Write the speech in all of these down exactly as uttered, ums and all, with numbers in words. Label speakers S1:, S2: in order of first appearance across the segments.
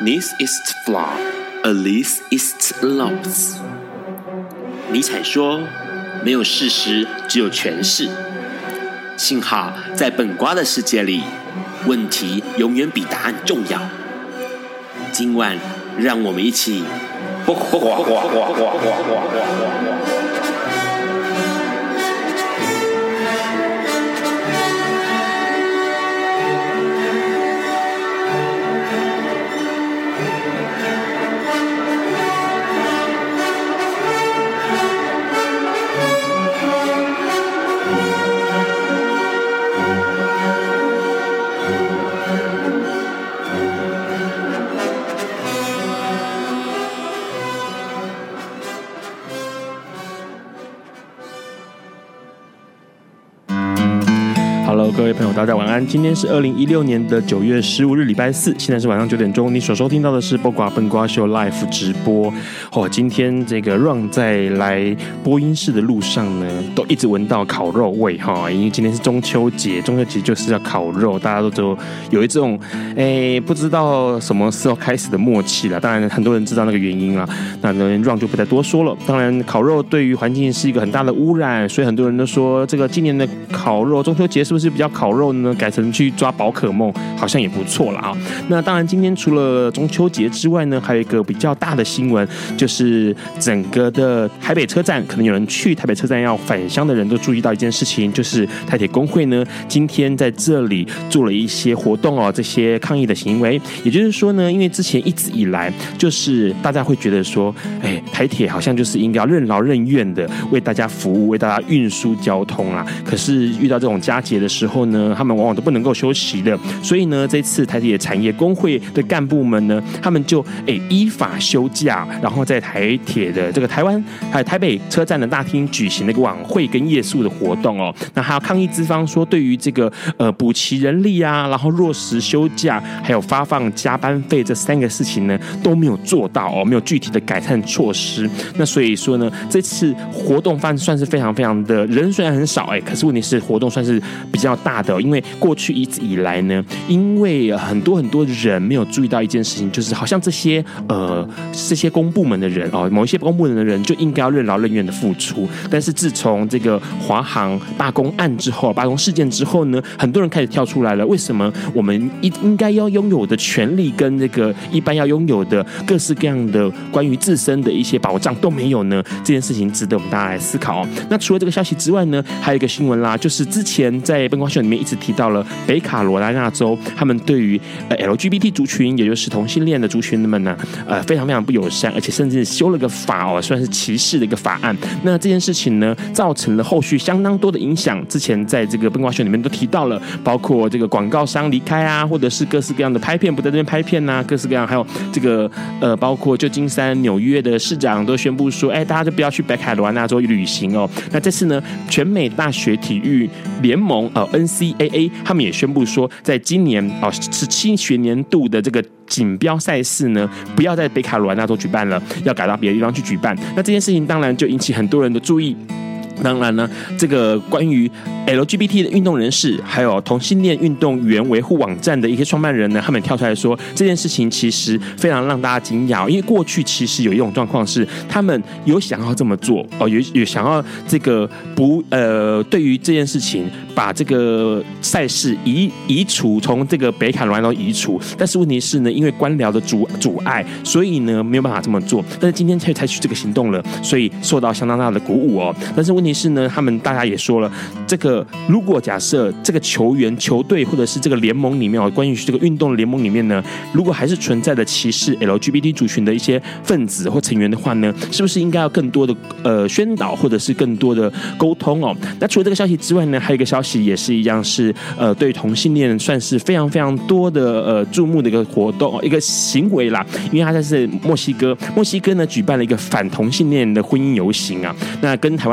S1: Nichts ist wahr, alles ist los。尼采说：“没有事实，只有诠释。”幸好在本瓜的世界里，问题永远比答案重要。今晚，让我们一起。
S2: Hello， 各位朋友，大家晚安。今天是二零一六年的九月十五日，礼拜四，现在是晚上九点钟。你所收听到的是播瓜笨瓜秀 Live 直播。哦，今天这个 Run 在来播音室的路上呢，都一直闻到烤肉味哈，因为今天是中秋节，中秋节就是要烤肉，大家都都有一种诶不知道什么时候开始的默契了。当然，很多人知道那个原因啦，那 Run 就不再多说了。当然，烤肉对于环境是一个很大的污染，所以很多人都说这个今年的烤肉，中秋节是不是比较烤肉呢？改成去抓宝可梦，好像也不错了啊。那当然，今天除了中秋节之外呢，还有一个比较大的新闻，就是整个的台北车站，可能有人去台北车站要返乡的人都注意到一件事情，就是台铁工会呢，今天在这里做了一些活动哦，这些抗议的行为。也就是说呢，因为之前一直以来，就是大家会觉得说，哎，台铁好像就是应该要任劳任怨的为大家服务，为大家运输交通啦。可是遇到这种佳节的时候呢，他们往往都不能够休息的，所以呢，这次台铁产业工会的干部们呢，他们就诶依法休假，然后在台铁的这个台湾还有台北车站的大厅举行了一个晚会跟夜宿的活动哦。那还有抗议资方说，对于这个呃补齐人力啊，然后落实休假，还有发放加班费这三个事情呢都没有做到哦，没有具体的改善措施。那所以说呢，这次活动算算是非常非常的人虽然很少哎，可是问题是活动算是比较大的哦，因为过去一直以来呢，因为很多很多人没有注意到一件事情，就是好像这些呃这些公部门的人哦，某一些公部门的人就应该要任劳任怨的付出。但是自从这个华航罢工案之后，罢工事件之后呢，很多人开始跳出来了，为什么我们应该要拥有的权利跟这个一般要拥有的各式各样的关于自身的一些保障都没有呢？这件事情值得我们大家来思考哦。那除了这个消息之外呢，还有一个新闻啦，就是之前在笨瓜秀里面一直提到了北卡罗来纳州，他们对于 L G B T 族群，也就是同性恋的族群们呢，呃，非常非常不友善，而且甚至修了个法哦，算是歧视的一个法案。那这件事情呢，造成了后续相当多的影响。之前在这个笨瓜秀里面都提到了，包括这个广告商离开啊，或者是各式各样的拍片不在这边拍片啊，各式各样，还有这个呃，包括旧金山、纽约的市长都宣布说，哎，大家就不要去北卡罗来纳州旅行哦。那这次呢，全美大学体育联盟呃 N C A A 他们也宣布说，在今年哦十七学年度的这个锦标赛事呢，不要在北卡罗来纳州举办了，要改到别的地方去举办。那这件事情当然就引起很多人的注意。当然呢，这个关于 L G B T 的运动人士，还有同性恋运动员维护网站的一些创办人呢，他们跳出来说，这件事情其实非常让大家惊讶，因为过去其实有一种状况是，他们有想要这么做哦，有有想要这个不呃，对于这件事情把这个赛事移移除，从这个北卡罗来纳移除，但是问题是呢，因为官僚的阻阻碍，所以呢没有办法这么做。但是今天却采取这个行动了，所以受到相当大的鼓舞哦。但是问题是呢，他们大家也说了，这个如果假设这个球员、球队或者是这个联盟里面哦，关于这个运动的联盟里面呢，如果还是存在的歧视 L G B T 族群的一些分子或成员的话呢，是不是应该要更多的呃宣导或者是更多的沟通哦？那除了这个消息之外呢，还有一个消息也是一样是呃对同性恋算是非常非常多的呃注目的一个活动一个行为啦，因为它是墨西哥，墨西哥呢举办了一个反同性恋的婚姻游行啊，那跟台湾的这个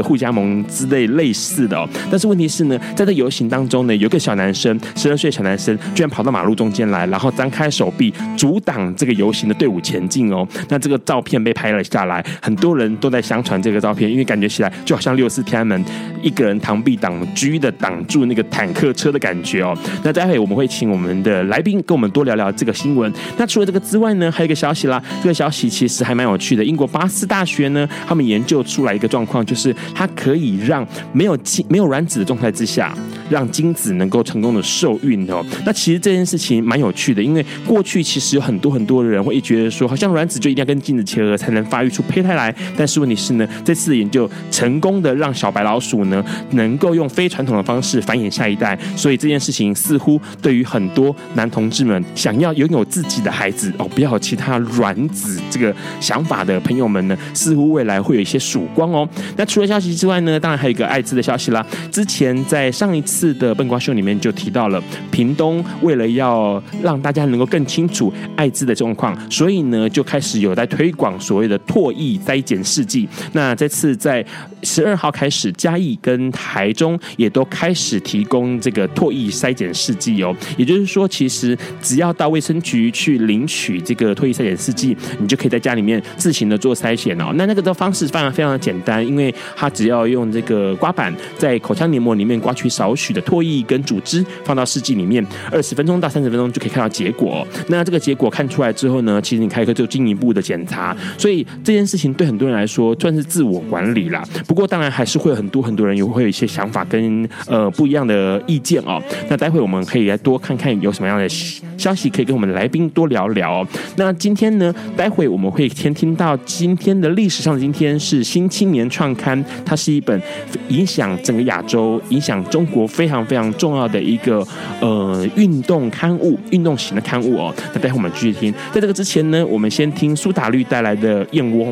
S2: 互加盟之类类似的哦。但是问题是呢，在这游行当中呢，有个小男生，十二岁小男生，居然跑到马路中间来，然后张开手臂阻挡这个游行的队伍前进哦。那这个照片被拍了下来，很多人都在相传这个照片，因为感觉起来就好像六四天安门一个人螳臂挡车的挡住那个坦克车的感觉哦。那待会我们会请我们的来宾跟我们多聊聊这个新闻。那除了这个之外呢，还有一个消息啦，这个消息其实还蛮有趣的。英国巴斯大学呢，他们研究出来一个状况，就是它可以让没有没有卵子的状态之下，让精子能够成功的受孕哦。那其实这件事情蛮有趣的，因为过去其实有很多很多的人会觉得说，好像卵子就一定要跟精子结合才能发育出胚胎来。但是问题是呢，这次的研究成功的让小白老鼠呢，能够用非传统的方式繁衍下一代。所以这件事情似乎对于很多男同志们想要拥有自己的孩子哦，不要有其他卵子这个想法的朋友们呢，似乎未来会有一些曙光哦。那除了消息之外呢，当然还有一个艾滋的消息啦。之前在上一次的笨瓜秀里面就提到了，屏东为了要让大家能够更清楚艾滋的状况，所以呢就开始有在推广所谓的唾液筛检试剂。那这次在十二号开始，嘉义跟台中也都开始提供这个唾液筛检试剂哦。也就是说，其实只要到卫生局去领取这个唾液筛检试剂，你就可以在家里面自行的做筛选哦。那那个的方式非常非常的简单，因为它只要用这个刮板在口腔黏膜里面刮取少许的唾液跟组织，放到试剂里面，二十分钟到三十分钟就可以看到结果哦。那这个结果看出来之后呢，其实你开课就进一步的检查，所以这件事情对很多人来说算是自我管理啦。不过当然还是会有很多很多人也会有一些想法跟呃不一样的意见哦。那待会我们可以来多看看有什么样的消息可以跟我们的来宾多聊聊哦。那今天呢，待会我们会先听到今天的历史上的今天是《新青年创刊》，它是一本影响整个亚洲、影响中国非常非常重要的一个呃运动刊物、运动型的刊物哦。那待会我们继续听。在这个之前呢，我们先听苏打绿带来的《燕窝》。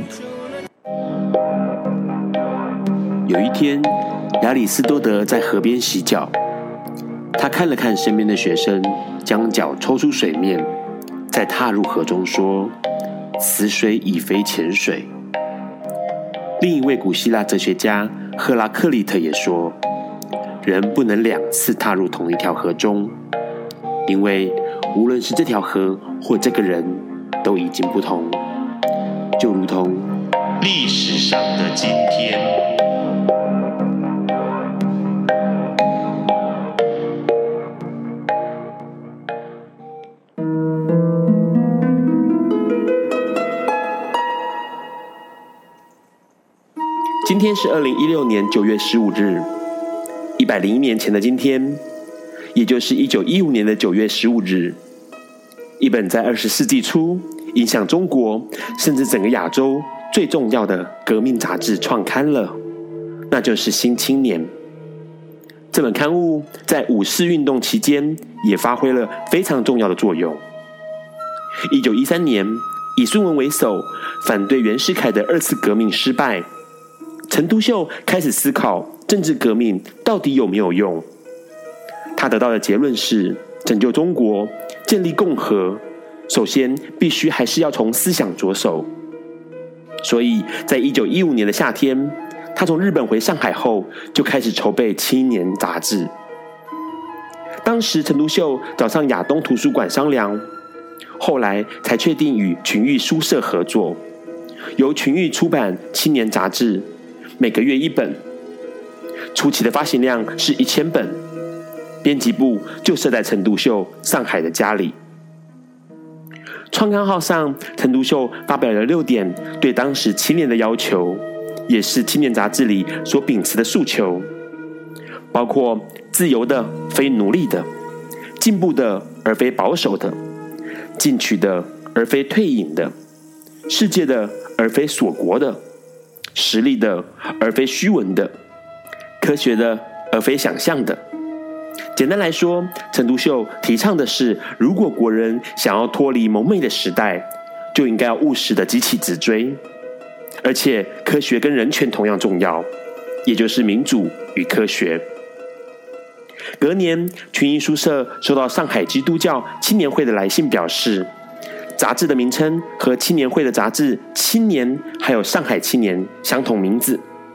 S1: 有一天，亚里士多德在河边洗脚，他看了看身边的学生，将脚抽出水面，再踏入河中说：“此水已非前水。”另一位古希腊哲学家赫拉克利特也说：“人不能两次踏入同一条河中，因为无论是这条河或这个人，都已经不同。”就如同历史上的今天。今天是二零一六年九月十五日，一百零一年前的今天，也就是一九一五年的九月十五日，一本在二十世纪初影响中国甚至整个亚洲最重要的革命杂志创刊了，那就是《新青年》。这本刊物在五四运动期间也发挥了非常重要的作用。一九一三年，以孙文为首，反对袁世凯的二次革命失败。陈独秀开始思考政治革命到底有没有用。他得到的结论是，拯救中国、建立共和，首先必须还是要从思想着手。所以在一九一五年的夏天，他从日本回上海后，就开始筹备《青年》杂志。当时陈独秀找上亚东图书馆商量，后来才确定与群育书社合作，由群育出版《青年》杂志，每个月一本，初期的发行量是一千本，编辑部就设在陈独秀上海的家里。创刊号上，陈独秀发表了六点对当时青年的要求，也是《青年》杂志里所秉持的诉求，包括自由的非奴隶的，进步的而非保守的，进取的而非退隐的，世界的而非锁国的，实力的而非虚文的，科学的而非想象的。简单来说，陈独秀提倡的是，如果国人想要脱离蒙昧的时代，就应该要务实的急起直追，而且科学跟人权同样重要，也就是民主与科学。隔年，群益书社收到上海基督教青年会的来信，表示杂志的名称和青年会的杂志《青年》还有《上海青年》相同名字，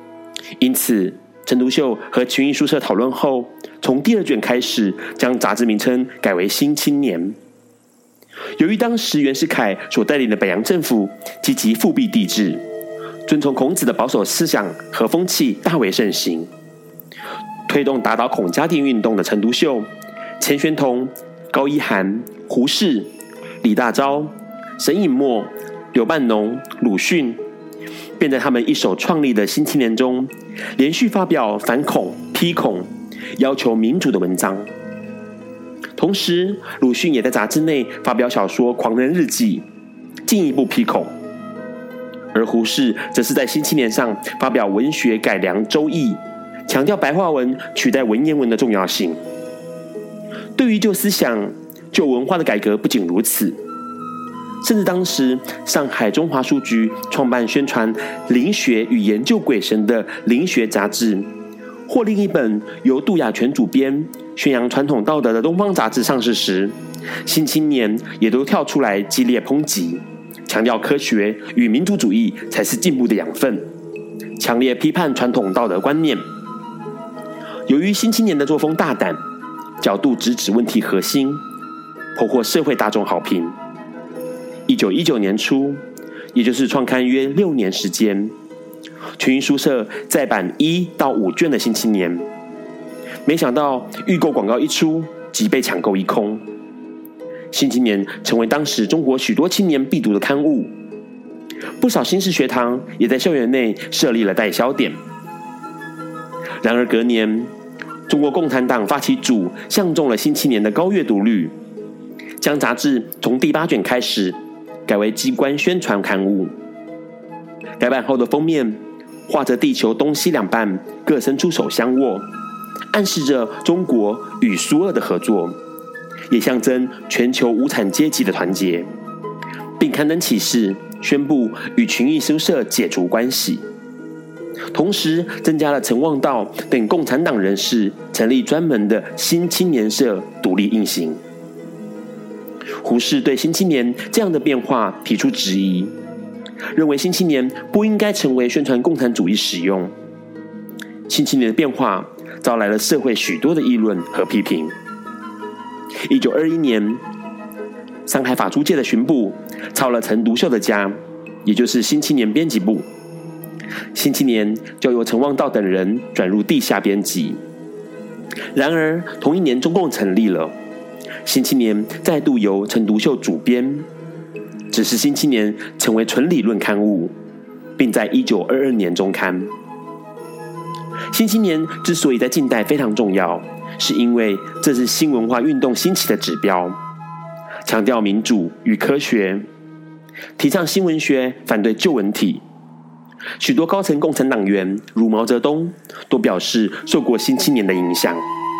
S1: 因此陈独秀和群艺书社讨论后，从第二卷开始将杂志名称改为《新青年》。由于当时袁世凯所带领的北洋政府积极复辟帝制，遵从孔子的保守思想和风气大为盛行，推动打倒孔家店运动的陈独秀、钱玄同、高一涵、胡适、李大钊、沈尹默、刘半农、鲁迅，便在他们一手创立的《新青年》中连续发表反孔、批孔、要求民主的文章。同时，鲁迅也在杂志内发表小说《狂人日记》，进一步批孔。而胡适则是在《新青年》上发表文学改良周易，强调白话文取代文言文的重要性。对于旧思想、旧文化的改革不仅如此，甚至当时上海中华书局创办宣传灵学与研究鬼神的灵学杂志，或另一本由杜雅泉主编宣扬传统道德的东方杂志上市时，新青年也都跳出来激烈抨击，强调科学与民主主义才是进步的养分，强烈批判传统道德观念。由于新青年的作风大胆，角度直指问题核心，颇获社会大众好评。一九一九年初，也就是创刊约六年时间，群英书社再版一到五卷的《新青年》，没想到预购广告一出，即被抢购一空。《新青年》成为当时中国许多青年必读的刊物，不少新式学堂也在校园内设立了代销点。然而隔年，中国共产党发起组相中了《新青年》的高阅读率，将杂志从第八卷开始改为机关宣传刊物。改版后的封面画着地球东西两半各伸出手相握，暗示着中国与苏俄的合作，也象征全球无产阶级的团结，并刊登启事宣布与群艺书社解除关系。同时增加了陈望道等共产党人士成立专门的新青年社独立印行。胡适对新青年这样的变化提出质疑，认为新青年不应该成为宣传共产主义使用。新青年的变化招来了社会许多的议论和批评。一九二一年，上海法租界的巡捕抄了陈独秀的家，也就是新青年编辑部。新青年就由陈望道等人转入地下编辑。然而同一年中共成立了，新青年再度由陈独秀主编，只是新青年成为纯理论刊物，并在一九二二年中刊。新青年之所以在近代非常重要，是因为这是新文化运动兴起的指标，强调民主与科学，提倡新文学，反对旧文体。许多高层共产党员如毛泽东都表示受过新青年的影响。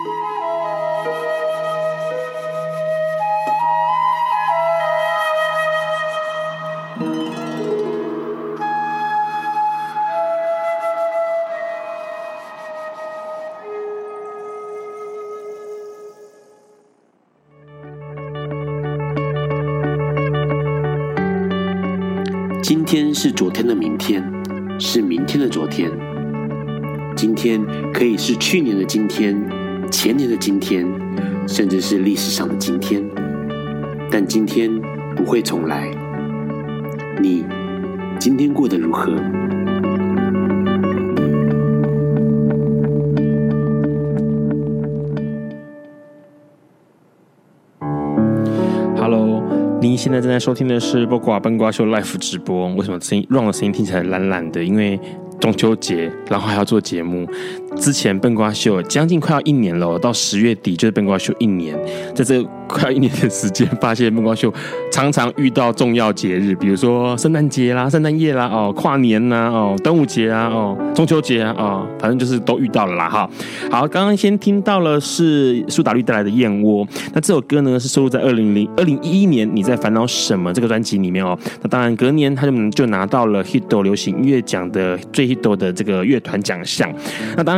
S1: 今天是昨天的明天，是明天的昨天。今天可以是去年的今天，前年的今天，甚至是历史上的今天。但今天不会重来。你今天过得如何？
S2: 你现在正在收听的是播瓜笨瓜秀 Live 直播。为什么声音 Ron 的声音听起来懒懒的？因为中秋节，然后还要做节目。之前笨瓜秀将近快要一年了，到十月底就是笨瓜秀一年。在这快要一年的时间，发现笨瓜秀常常遇到重要节日，比如说圣诞节啦、圣诞夜啦、哦跨年啦、哦端午节啊、哦中秋节啊、哦反正就是都遇到了啦哈。好，刚刚先听到了是苏打绿带来的《燕窝》，那这首歌呢是收录在二零零二零一一年《你在烦恼什么》这个专辑里面哦。那当然隔年他就就拿到了 Hito 流行音乐奖的最 Hito 的这个乐团奖项。那当然。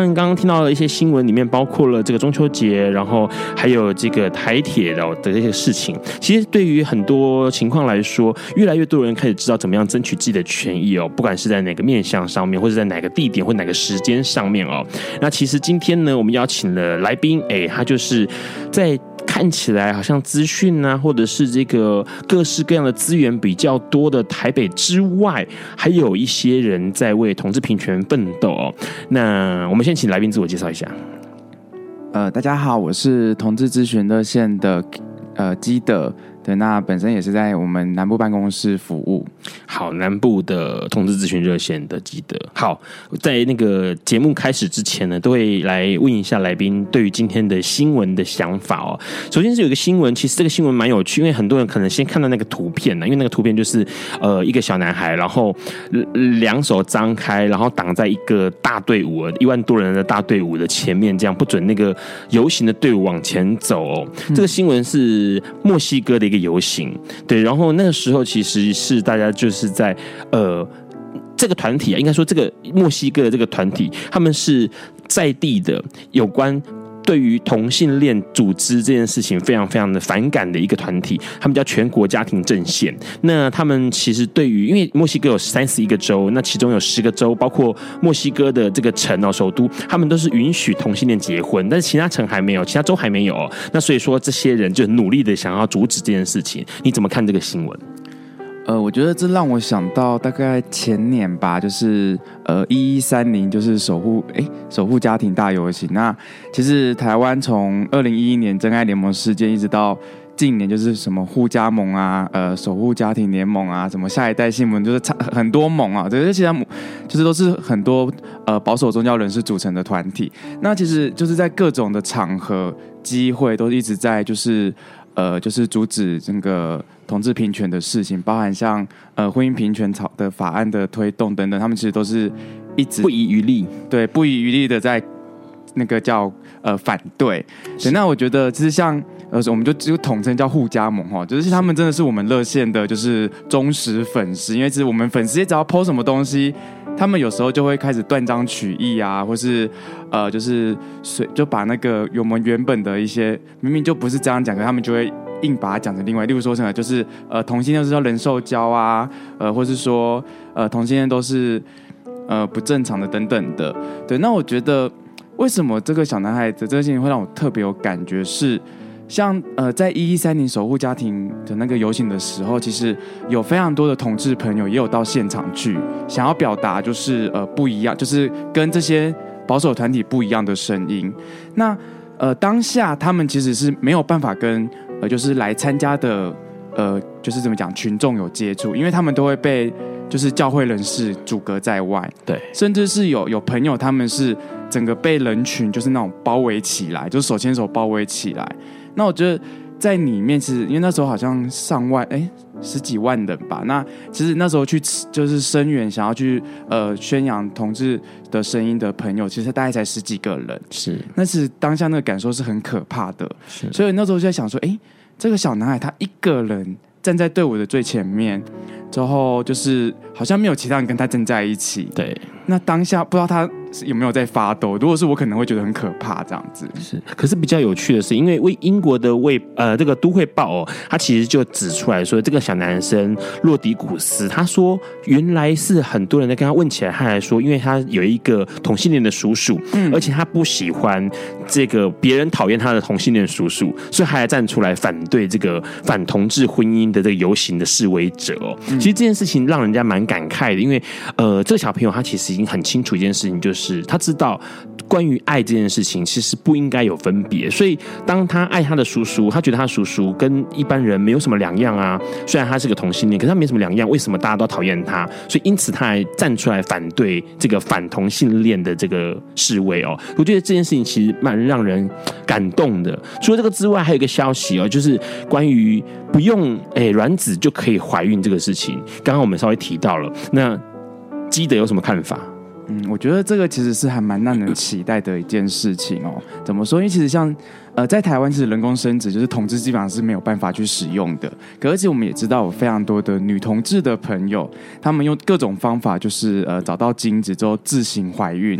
S2: 然刚刚听到了一些新闻里面包括了这个中秋节，然后还有这个台铁的这些事情。其实对于很多情况来说，越来越多人开始知道怎么样争取自己的权益哦，不管是在哪个面向上面，或者在哪个地点或哪个时间上面哦。那其实今天呢，我们邀请了来宾，哎，他就是在看起来好像资讯啊，或者是这个各式各样的资源比较多的台北之外，还有一些人在为同志平权奋斗哦。那我们先请来宾自我介绍一下。
S3: 呃，大家好，我是同志咨询热线的呃基德。对，那本身也是在我们南部办公室服务。
S2: 好，南部的同志咨询热线的基德。好，在那个节目开始之前呢，都会来问一下来宾对于今天的新闻的想法哦。首先是有一个新闻，其实这个新闻蛮有趣，因为很多人可能先看到那个图片呢，因为那个图片就是呃一个小男孩，然后两手张开，然后挡在一个大队伍一万多人的大队伍的前面，这样不准那个游行的队伍往前走哦。嗯、这个新闻是墨西哥的一个游行，对，然后那个时候其实是大家就是在呃这个团体啊，应该说这个墨西哥的这个团体，他们是在地的有关对于同性恋组织这件事情非常非常的反感的一个团体，他们叫全国家庭阵线。那他们其实对于，因为墨西哥有三十一个州，那其中有十个州，包括墨西哥的这个城哦，首都，他们都是允许同性恋结婚，但是其他城还没有，其他州还没有。那所以说，这些人就努力的想要阻止这件事情。你怎么看这个新闻？
S3: 呃，我觉得这让我想到大概前年吧，就是呃一一三零，就是守护哎守护家庭大游行。那其实台湾从二零一一年真爱联盟事件一直到近年，就是什么护家盟啊，呃守护家庭联盟啊，什么下一代新闻，就是很多盟啊，这些其实就是都是很多呃保守宗教人士组成的团体。那其实就是在各种的场合机会都一直在就是呃就是阻止这个同志平权的事情，包含像呃婚姻平权的法案的推动等等，他们其实都是一直
S2: 不遗余力，
S3: 对，不遗余力的在那个叫呃反对。对，那我觉得其实像呃我们就就统称叫护家盟哈，就是他们真的是我们热线的就是忠实粉丝，因为其实我们粉丝只要 po 什么东西，他们有时候就会开始断章取义啊，或是呃就是就把那个我们原本的一些明明就不是这样讲，可他们就会硬把它讲成另外，例如说什么就是呃同性恋是叫人兽交啊，呃或是说呃同性恋都是呃不正常的等等的。对，那我觉得为什么这个小男孩的这个事情会让我特别有感觉是，像呃在一一三零守护家庭的那个游行的时候，其实有非常多的同志朋友也有到现场去，想要表达就是呃不一样，就是跟这些保守团体不一样的声音。那呃当下他们其实是没有办法跟呃就是来参加的呃就是怎么讲群众有接触，因为他们都会被就是教会人士阻隔在外，
S2: 对，
S3: 甚至是有有朋友他们是整个被人群就是那种包围起来，就是手牵手包围起来。那我觉得在里面其实因为那时候好像上万哎十几万人吧，那其实那时候去就是声援想要去呃宣扬同志的声音的朋友，其实大概才十几个人，
S2: 是，
S3: 那是当下那个感受是很可怕的，是，所以那时候就在想说，哎，这个小男孩他一个人站在队伍的最前面，之后就是好像没有其他人跟他站在一起，
S2: 对，
S3: 那当下不知道他有没有在发抖，如果是我可能会觉得很可怕这样子。
S2: 是，可是比较有趣的是，因为为英国的卫呃这个都会报哦，他其实就指出来说，这个小男生洛迪古斯，他说原来是很多人在跟他问起来，他还说，因为他有一个同性恋的叔叔，嗯，而且他不喜欢这个别人讨厌他的同性恋叔叔，所以他还站出来反对这个反同志婚姻的这个游行的示威者哦。嗯、其实这件事情让人家蛮感慨的，因为呃这个小朋友他其实已经很清楚一件事情，就是是他知道关于爱这件事情其实不应该有分别，所以当他爱他的叔叔，他觉得他叔叔跟一般人没有什么两样啊，虽然他是个同性恋，可是他没什么两样，为什么大家都讨厌他？所以因此他还站出来反对这个反同性恋的这个示威哦。我觉得这件事情其实蛮让人感动的。除了这个之外，还有一个消息哦，就是关于不用诶卵子就可以怀孕这个事情，刚刚我们稍微提到了，那基德有什么看法？
S3: 嗯，我觉得这个其实是还蛮让人期待的一件事情哦。怎么说？因为其实像呃，在台湾其实人工生殖就是同志基本上是没有办法去使用的。可而且我们也知道有非常多的女同志的朋友，他们用各种方法就是呃找到精子之后自行怀孕。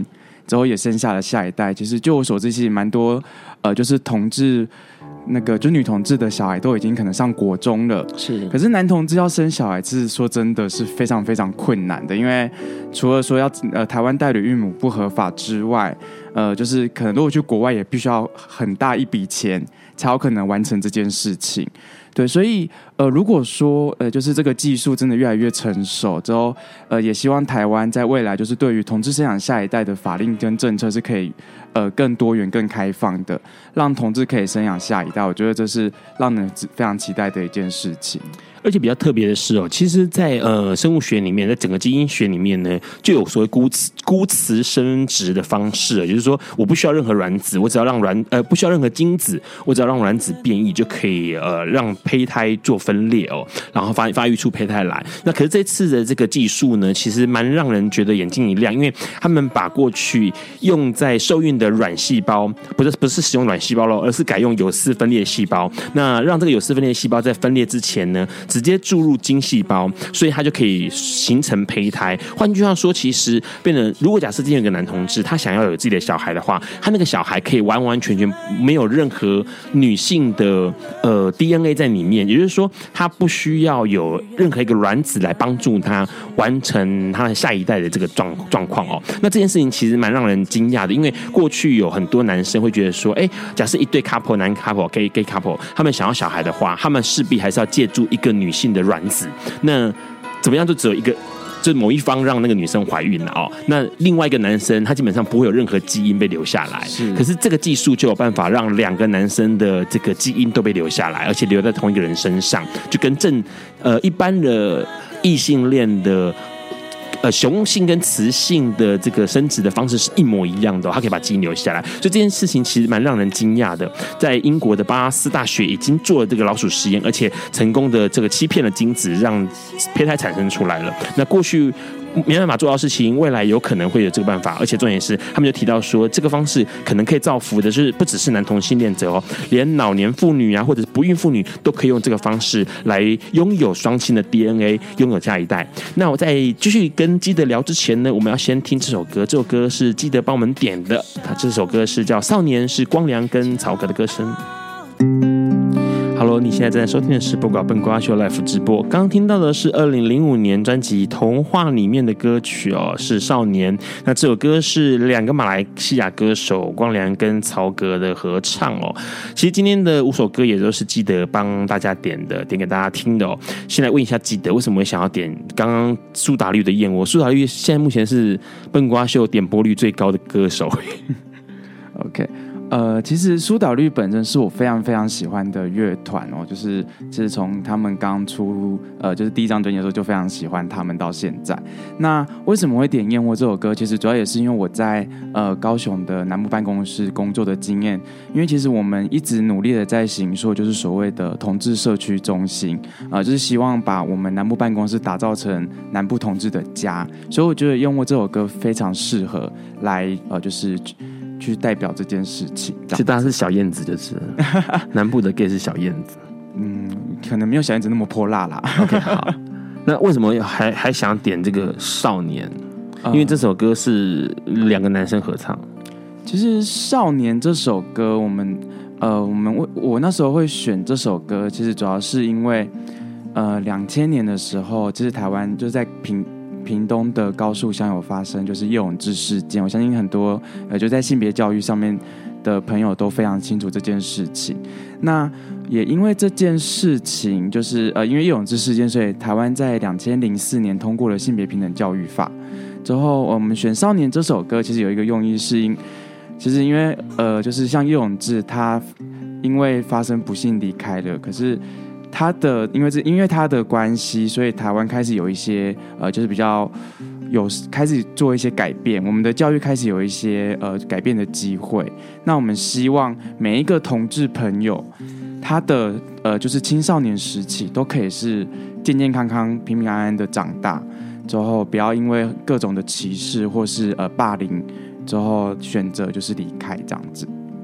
S3: 之后也生下了下一代。其实就我所知，其实蛮多呃，就是同志。那个就女同志的小孩都已经可能上国中了，
S2: 是。
S3: 可是男同志要生小孩，是说真的是非常非常困难的，因为除了说要呃台湾代理孕母不合法之外，呃，就是可能如果去国外也必须要很大一笔钱才有可能完成这件事情。对，所以呃，如果说呃，就是这个技术真的越来越成熟之后，呃，也希望台湾在未来就是对于同志生养下一代的法令跟政策是可以呃更多元、更开放的，让同志可以生养下一代。我觉得这是让人非常期待的一件事情。
S2: 而且比较特别的是哦，其实在，在呃生物学里面，在整个基因学里面呢，就有所谓孤雌孤雌生殖的方式，也就是说，我不需要任何卵子，我只要让卵呃不需要任何精子，我只要让卵子变异就可以呃让胚胎做分裂哦，然后发发育出胚胎来。那可是这次的这个技术呢，其实蛮让人觉得眼睛一亮，因为他们把过去用在受孕的卵细胞，不是不是使用卵细胞咯，而是改用有丝分裂细胞。那让这个有丝分裂细胞在分裂之前呢，直接注入精细胞，所以它就可以形成胚胎。换句话说，其实变成如果假设今天有个男同志，他想要有自己的小孩的话，他那个小孩可以完完全全没有任何女性的呃 D N A 在里面，也就是说，他不需要有任何一个卵子来帮助他完成他的下一代的这个状状况哦。那这件事情其实蛮让人惊讶的，因为过去有很多男生会觉得说，哎，假设一对 couple 男 couple gay gay couple， 他们想要小孩的话，他们势必还是要借助一个女性的卵子，那怎么样就只有一个，就某一方让那个女生怀孕了哦，那另外一个男生他基本上不会有任何基因被留下来，是。可是这个技术就有办法让两个男生的这个基因都被留下来，而且留在同一个人身上，就跟正呃一般的异性恋的。呃，雄性跟雌性的这个生殖的方式是一模一样的、哦，它可以把基因留下来，所以这件事情其实蛮让人惊讶的。在英国的巴斯大学已经做了这个老鼠实验，而且成功的这个欺骗了精子，让胚胎产生出来了。那过去没办法做到事情，未来有可能会有这个办法，而且重点是，他们就提到说，这个方式可能可以造福的，就是不只是男同性恋者哦，连老年妇女啊，或者是不孕妇女都可以用这个方式来拥有双亲的 D N A， 拥有下一代。那我在继续跟基德聊之前呢，我们要先听这首歌，这首歌是基德帮我们点的，他这首歌是叫《少年》，是光良跟曹格的歌声。Hello， 你现在正在收听的是不寡笨瓜秀 Live 直播。刚刚听到的是二零零五年专辑《童话》里面的歌曲哦，是《少年》。那这首歌是两个马来西亚歌手光良跟曹格的合唱哦。其实今天的五首歌也都是基德帮大家点的，点给大家听的哦。先来问一下基德，为什么会想要点刚刚苏打绿的《燕窝》？苏打绿现在目前是笨瓜秀点播率最高的歌手。
S3: OK。呃，其实苏打绿本身是我非常非常喜欢的乐团哦，就是自从他们刚出呃就是第一张专辑的时候就非常喜欢他们到现在。那为什么会点《燕窝》这首歌？其实主要也是因为我在呃高雄的南部办公室工作的经验，因为其实我们一直努力的在行说就是所谓的同志社区中心，呃，就是希望把我们南部办公室打造成南部同志的家，所以我觉得《燕窝》这首歌非常适合来呃就是去代表这件事情。
S2: 其实大家是小燕子就是南部的 gay 是小燕子，
S3: 嗯，可能没有小燕子那么泼辣啦。
S2: OK， 好，那为什么还还想点这个少年？因为这首歌是两个男生合唱。
S3: 其实《少年》这首歌，我们呃，我们我那时候会选这首歌，其实主要是因为呃，两千年的时候，就是台湾就是在屏屏东的高树乡有发生就是叶永志事件，我相信很多呃就在性别教育上面的朋友都非常清楚这件事情。那也因为这件事情，就是呃因为叶永志事件，所以台湾在两千零四年通过了性别平等教育法。之后我们选《少年》这首歌，其实有一个用意是因，其实因为呃就是像叶永志他因为发生不幸离开了，可是他的因为这因为他的关系，所以台湾开始有一些呃，就是比较有开始做一些改变，我们的教育开始有一些呃改变的机会。那我们希望每一个同志朋友，他的呃就是青少年时期都可以是健健康康、平平安安的长大，之后不要因为各种的歧视或是呃霸凌之后选择就是离开这样子。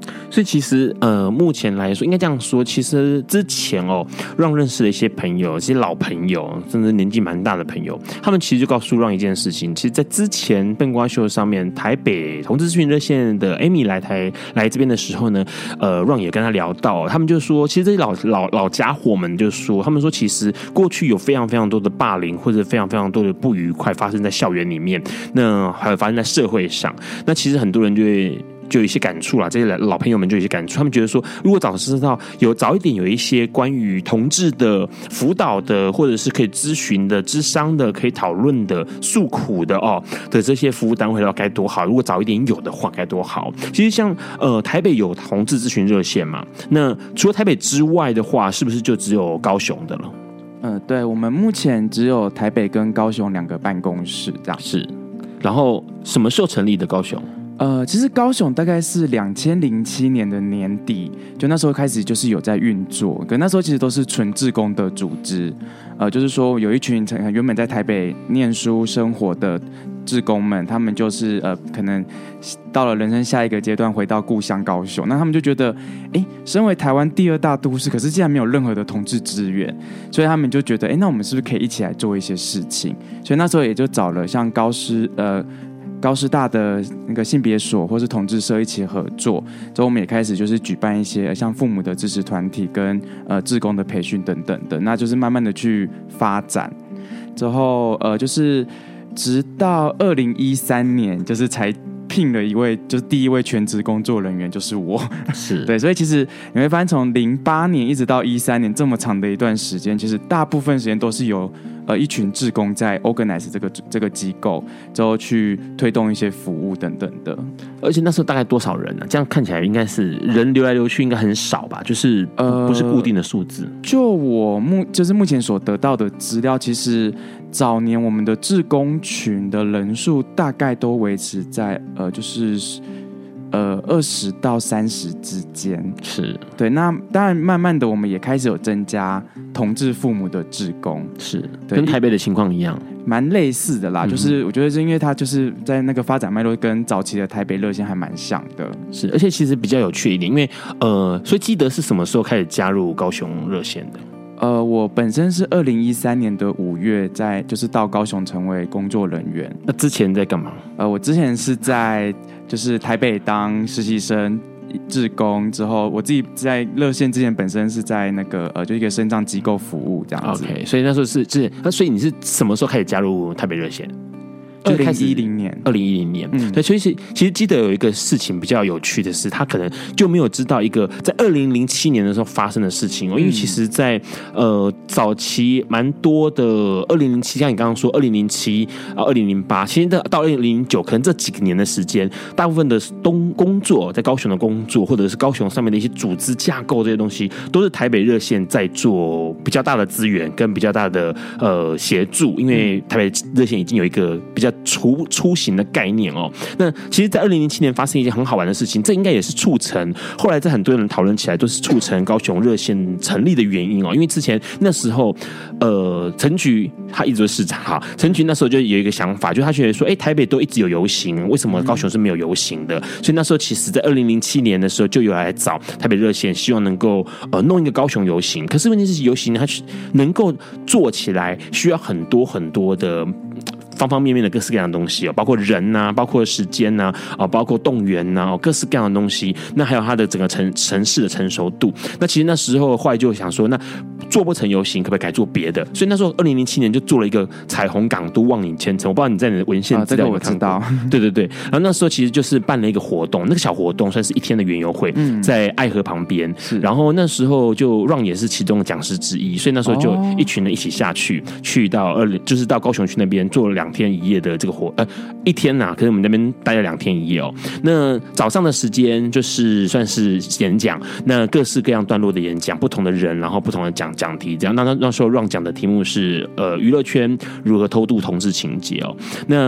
S2: 所以其实呃，目前来说，应该这样说，其实之前哦，让认识的一些朋友，一些老朋友，甚至年纪蛮大的朋友，他们其实就告诉让一件事情，其实，在之前笨瓜秀上面，台北同志咨询热线的 Amy 来台来这边的时候呢，呃，让也跟他聊到，他们就说，其实这些老老老家伙们就说，他们说其实过去有非常非常多的霸凌，或者非常非常多的不愉快发生在校园里面，那还有发生在社会上，那其实很多人就会。就有一些感触啦，这些老朋友们就有一些感触，他们觉得说，如果早知道有早一点有一些关于同志的辅导的，或者是可以咨询的、諮商的、可以讨论的、诉苦的哦的这些服务单位的话，该多好！如果早一点有的话，该多好！其实像呃台北有同志咨询热线嘛，那除了台北之外的话，是不是就只有高雄的了？
S3: 呃，对，我们目前只有台北跟高雄两个办公室，这样
S2: 是。然后什么时候成立的高雄？
S3: 呃，其实高雄大概是两千零七年的年底，就那时候开始就是有在运作，可那时候其实都是纯志工的组织，呃，就是说有一群原本在台北念书生活的志工们，他们就是呃，可能到了人生下一个阶段，回到故乡高雄，那他们就觉得，哎，身为台湾第二大都市，可是竟然没有任何的同志资源，所以他们就觉得，哎，那我们是不是可以一起来做一些事情？所以那时候也就找了像高师呃。高师大的那个性别所或是同志社一起合作，之后我们也开始就是举办一些像父母的支持团体跟呃志工的培训等等的，那就是慢慢的去发展。之后呃就是直到二零一三年，就是才聘了一位就是第一位全职工作人员，就是我。
S2: 是
S3: 对，所以其实你会发现从零八年一直到一三年这么长的一段时间，其实大部分时间都是由呃一群志工在 organize 这个这个机构，之后去推动一些服务等等的。
S2: 而且那时候大概多少人呢、啊？这样看起来应该是人流来流去应该很少吧？就是呃不是固定的数字。
S3: 就我目就是目前所得到的资料，其实早年我们的志工群的人数大概都维持在呃就是呃二十到三十之间。
S2: 是
S3: 对，那当然慢慢的我们也开始有增加同志父母的志工，
S2: 是跟台北的情况一样。
S3: 蛮类似的啦、嗯，就是我觉得是因为它就是在那个发展脉络跟早期的台北热线还蛮像的，
S2: 是，而且其实比较有趣一点，因为呃，所以记得是什么时候开始加入高雄热线的？
S3: 呃，我本身是二零一三年的五月在就是到高雄成为工作人员。
S2: 那之前在干嘛？
S3: 呃，我之前是在就是台北当实习生。志工之后，我自己在热线之前本身是在那个呃，就一个身障机构服务这样子。
S2: OK， 所以那时候是是，那所以你是什么时候开始加入台北热线？
S3: 二零一零年，
S2: 二零一零年，嗯，对，所以其实记得有一个事情比较有趣的是，他可能就没有知道一个在二零零七年的时候发生的事情哦，因为其实在，在呃早期蛮多的二零零七，像你刚刚说二零零七啊，二零零八，其实到二零零九，可能这几个年的时间，大部分的东工作在高雄的工作，或者是高雄上面的一些组织架构这些东西，都是台北热线在做比较大的资源跟比较大的呃协助，因为台北热线已经有一个比较。出出行的概念哦，那其实，在二零零七年发生一件很好玩的事情，这应该也是促成后来在很多人讨论起来，都是促成高雄热线成立的原因哦。因为之前那时候，呃，陈菊他一直是市长哈，陈菊那时候就有一个想法，就他觉得说，哎，台北都一直有游行，为什么高雄是没有游行的？所以那时候其实，在二零零七年的时候，就有来找台北热线，希望能够呃弄一个高雄游行。可是问题是，游行它能够做起来，需要很多很多的。方方面面的各式各样的东西哦，包括人呐、啊，包括时间呐、啊，包括动员呐、啊，各式各样的东西。那还有它的整个城城市的成熟度。那其实那时候后来就想说，那做不成游行，可不可以改做别的？所以那时候二零零七年就做了一个彩虹港都望影千层。我不知道你在你的文献资料有没有看过、啊这个、我知道。对对对。然后那时候其实就是办了一个活动，那个小活动算是一天的园游会，嗯、在爱河旁边。然后那时候就让也是其中的讲师之一，所以那时候就一群人一起下去，哦、去到二就是到高雄去那边做了两。天一夜的这个活呃一天呐、啊，可是我们那边待了两天一夜哦。那早上的时间就是算是演讲，那各式各样段落的演讲，不同的人，然后不同的讲讲题，这样。那那那时候让讲的题目是呃娱乐圈如何偷渡同志情节哦。那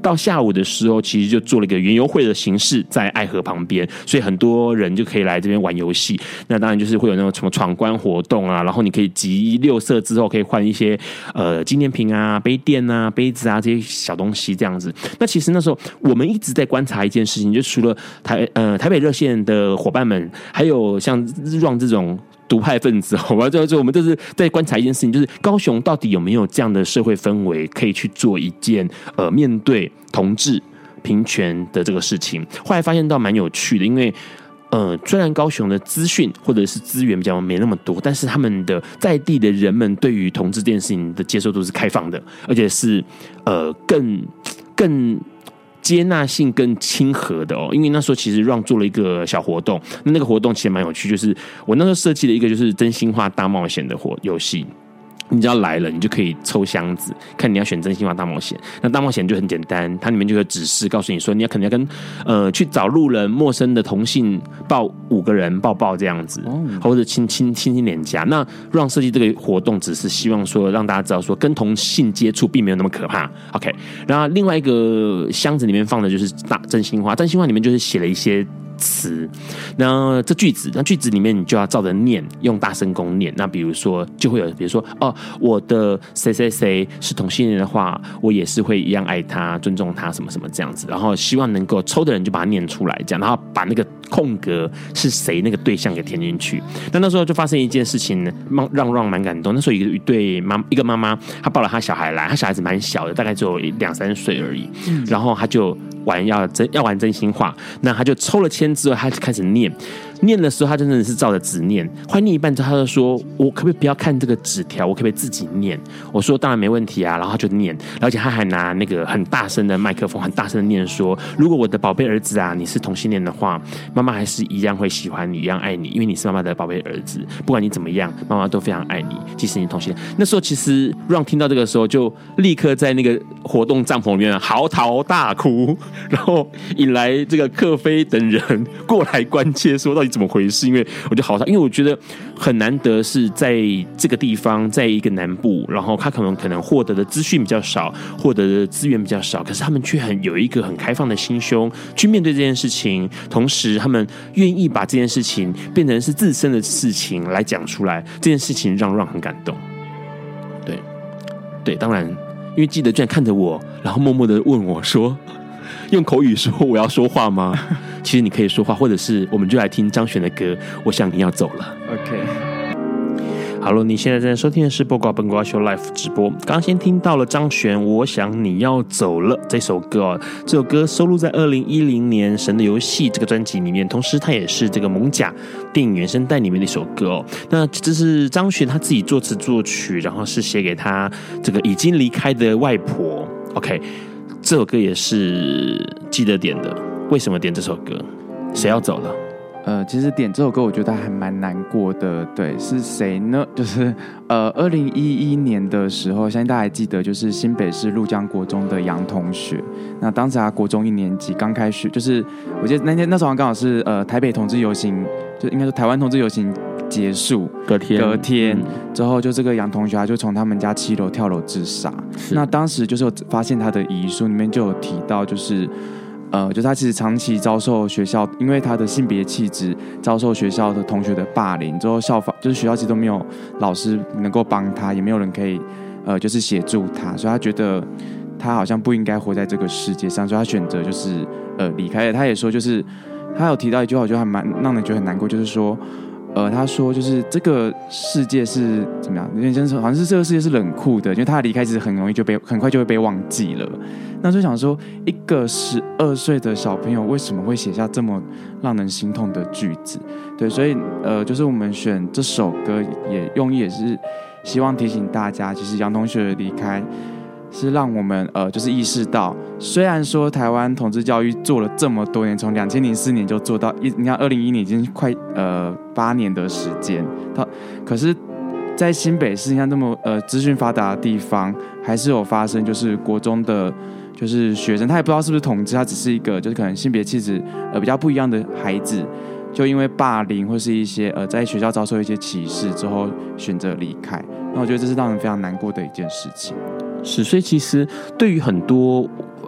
S2: 到下午的时候，其实就做了一个园游会的形式，在爱河旁边，所以很多人就可以来这边玩游戏。那当然就是会有那种什么闯关活动啊，然后你可以集六色之后可以换一些呃纪念品啊、杯垫啊、杯子啊这些小东西这样子。那其实那时候我们一直在观察一件事情，就除了台呃台北热线的伙伴们，还有像 Ron 这种独派分子，我们就我们就是在观察一件事情，就是高雄到底有没有这样的社会氛围，可以去做一件呃面对同志平权的这个事情。后来发现到蛮有趣的，因为呃虽然高雄的资讯或者是资源比较没那么多，但是他们的在地的人们对于同志这件事情的接受度是开放的，而且是呃更更。接纳性更亲和的哦，因为那时候其实让做了一个小活动，那那个活动其实蛮有趣，就是我那时候设计了一个就是真心话大冒险的活游戏。你只要来了，你就可以抽箱子，看你要选真心话大冒险。那大冒险就很简单，它里面就有指示告诉你说，你要可能要跟呃去找路人、陌生的同性抱五个人抱抱这样子，哦、或者亲亲亲亲脸颊。那让设计这个活动，只是希望说让大家知道说，跟同性接触并没有那么可怕。OK， 然后另外一个箱子里面放的就是大真心话，真心话里面就是写了一些词，那这句子，那句子里面你就要照着念，用大声公念。那比如说，就会有，比如说，哦，我的谁谁谁是同性恋的话，我也是会一样爱他、尊重他，什么什么这样子。然后希望能够抽的人就把它念出来，这样，然后把那个空格是谁那个对象给填进去。那那时候就发生一件事情，让让蛮感动。那时候一个一对妈一个妈妈，她抱了她小孩来，她小孩子蛮小的，大概只有两三岁而已，嗯、然后她就玩要真要玩真心话，那她就抽了签之后，她就开始念。念的时候，他真的是照着纸念。后来念一半之后，他就说：“我可不可以不要看这个纸条？我可不可以自己念？”我说：“当然没问题啊。”然后他就念，而且他还拿那个很大声的麦克风，很大声的念说：“如果我的宝贝儿子啊，你是同性恋的话，妈妈还是一样会喜欢你，一样爱你，因为你是妈妈的宝贝儿子。不管你怎么样，妈妈都非常爱你，即使你同性恋。”那时候其实让听到这个时候，就立刻在那个活动帐篷里面嚎啕大哭，然后引来这个克菲等人过来关切，说到底怎么回事？因为我就好，因为我觉得很难得是在这个地方，在一个南部，然后他可能可能获得的资讯比较少，获得的资源比较少，可是他们却很有一个很开放的心胸去面对这件事情，同时他们愿意把这件事情变成是自身的事情来讲出来，这件事情让让很感动。对，对，当然，因为记得居然看着我，然后默默的问我说。用口语说我要说话吗？其实你可以说话，或者是我们就来听张悬的歌。我想你要走了。
S3: OK，
S2: 好了，你现在正在收听的是播瓜本瓜秀 Live 直播。刚刚先听到了张悬《我想你要走了》这首歌哦，这首歌收录在二零一零年《神的游戏》这个专辑里面，同时它也是这个蒙甲电影原声带里面的一首歌哦。那这是张悬他自己作词作曲，然后是写给他这个已经离开的外婆。OK。这首歌也是记得点的，为什么点这首歌？谁要走了？
S3: 呃，其实点这首歌我觉得还蛮难过的，对，是谁呢？就是呃，二零一一年的时候，相信大家还记得，就是新北市鹭江国中的杨同学。那当时他国中一年级刚开学，就是我记得那天那时候刚好是呃台北同志游行，就应该说台湾同志游行结束，
S2: 隔天
S3: 隔天、嗯、之后，就这个杨同学他就从他们家七楼跳楼自杀。那当时就是有发现他的遗书里面就有提到，就是呃，就是他其实长期遭受学校，因为他的性别气质遭受学校的同学的霸凌，之后校方就是学校其实都没有老师能够帮他，也没有人可以呃就是协助他，所以他觉得他好像不应该活在这个世界上，所以他选择就是呃离开了。他也说，就是他有提到一句话，我觉得还蛮让人觉得很难过，就是说。呃，他说就是这个世界是怎么样？有点像是好像是这个世界是冷酷的，因为他的离开其实很容易就被很快就会被忘记了。那就想说，一个十二岁的小朋友为什么会写下这么让人心痛的句子？对，所以呃，就是我们选这首歌也用意也是希望提醒大家，其实杨同学的离开。是让我们呃，就是意识到，虽然说台湾同志教育做了这么多年，从两千零四年就做到一，你看二零一一年已经快呃八年的时间，它可是，在新北市你看这么呃资讯发达的地方，还是有发生就是国中的，就是学生，他也不知道是不是同志，他只是一个就是可能性别气质呃比较不一样的孩子，就因为霸凌或是一些呃在学校遭受一些歧视之后选择离开，那我觉得这是让人非常难过的一件事情。
S2: 是，所以其实对于很多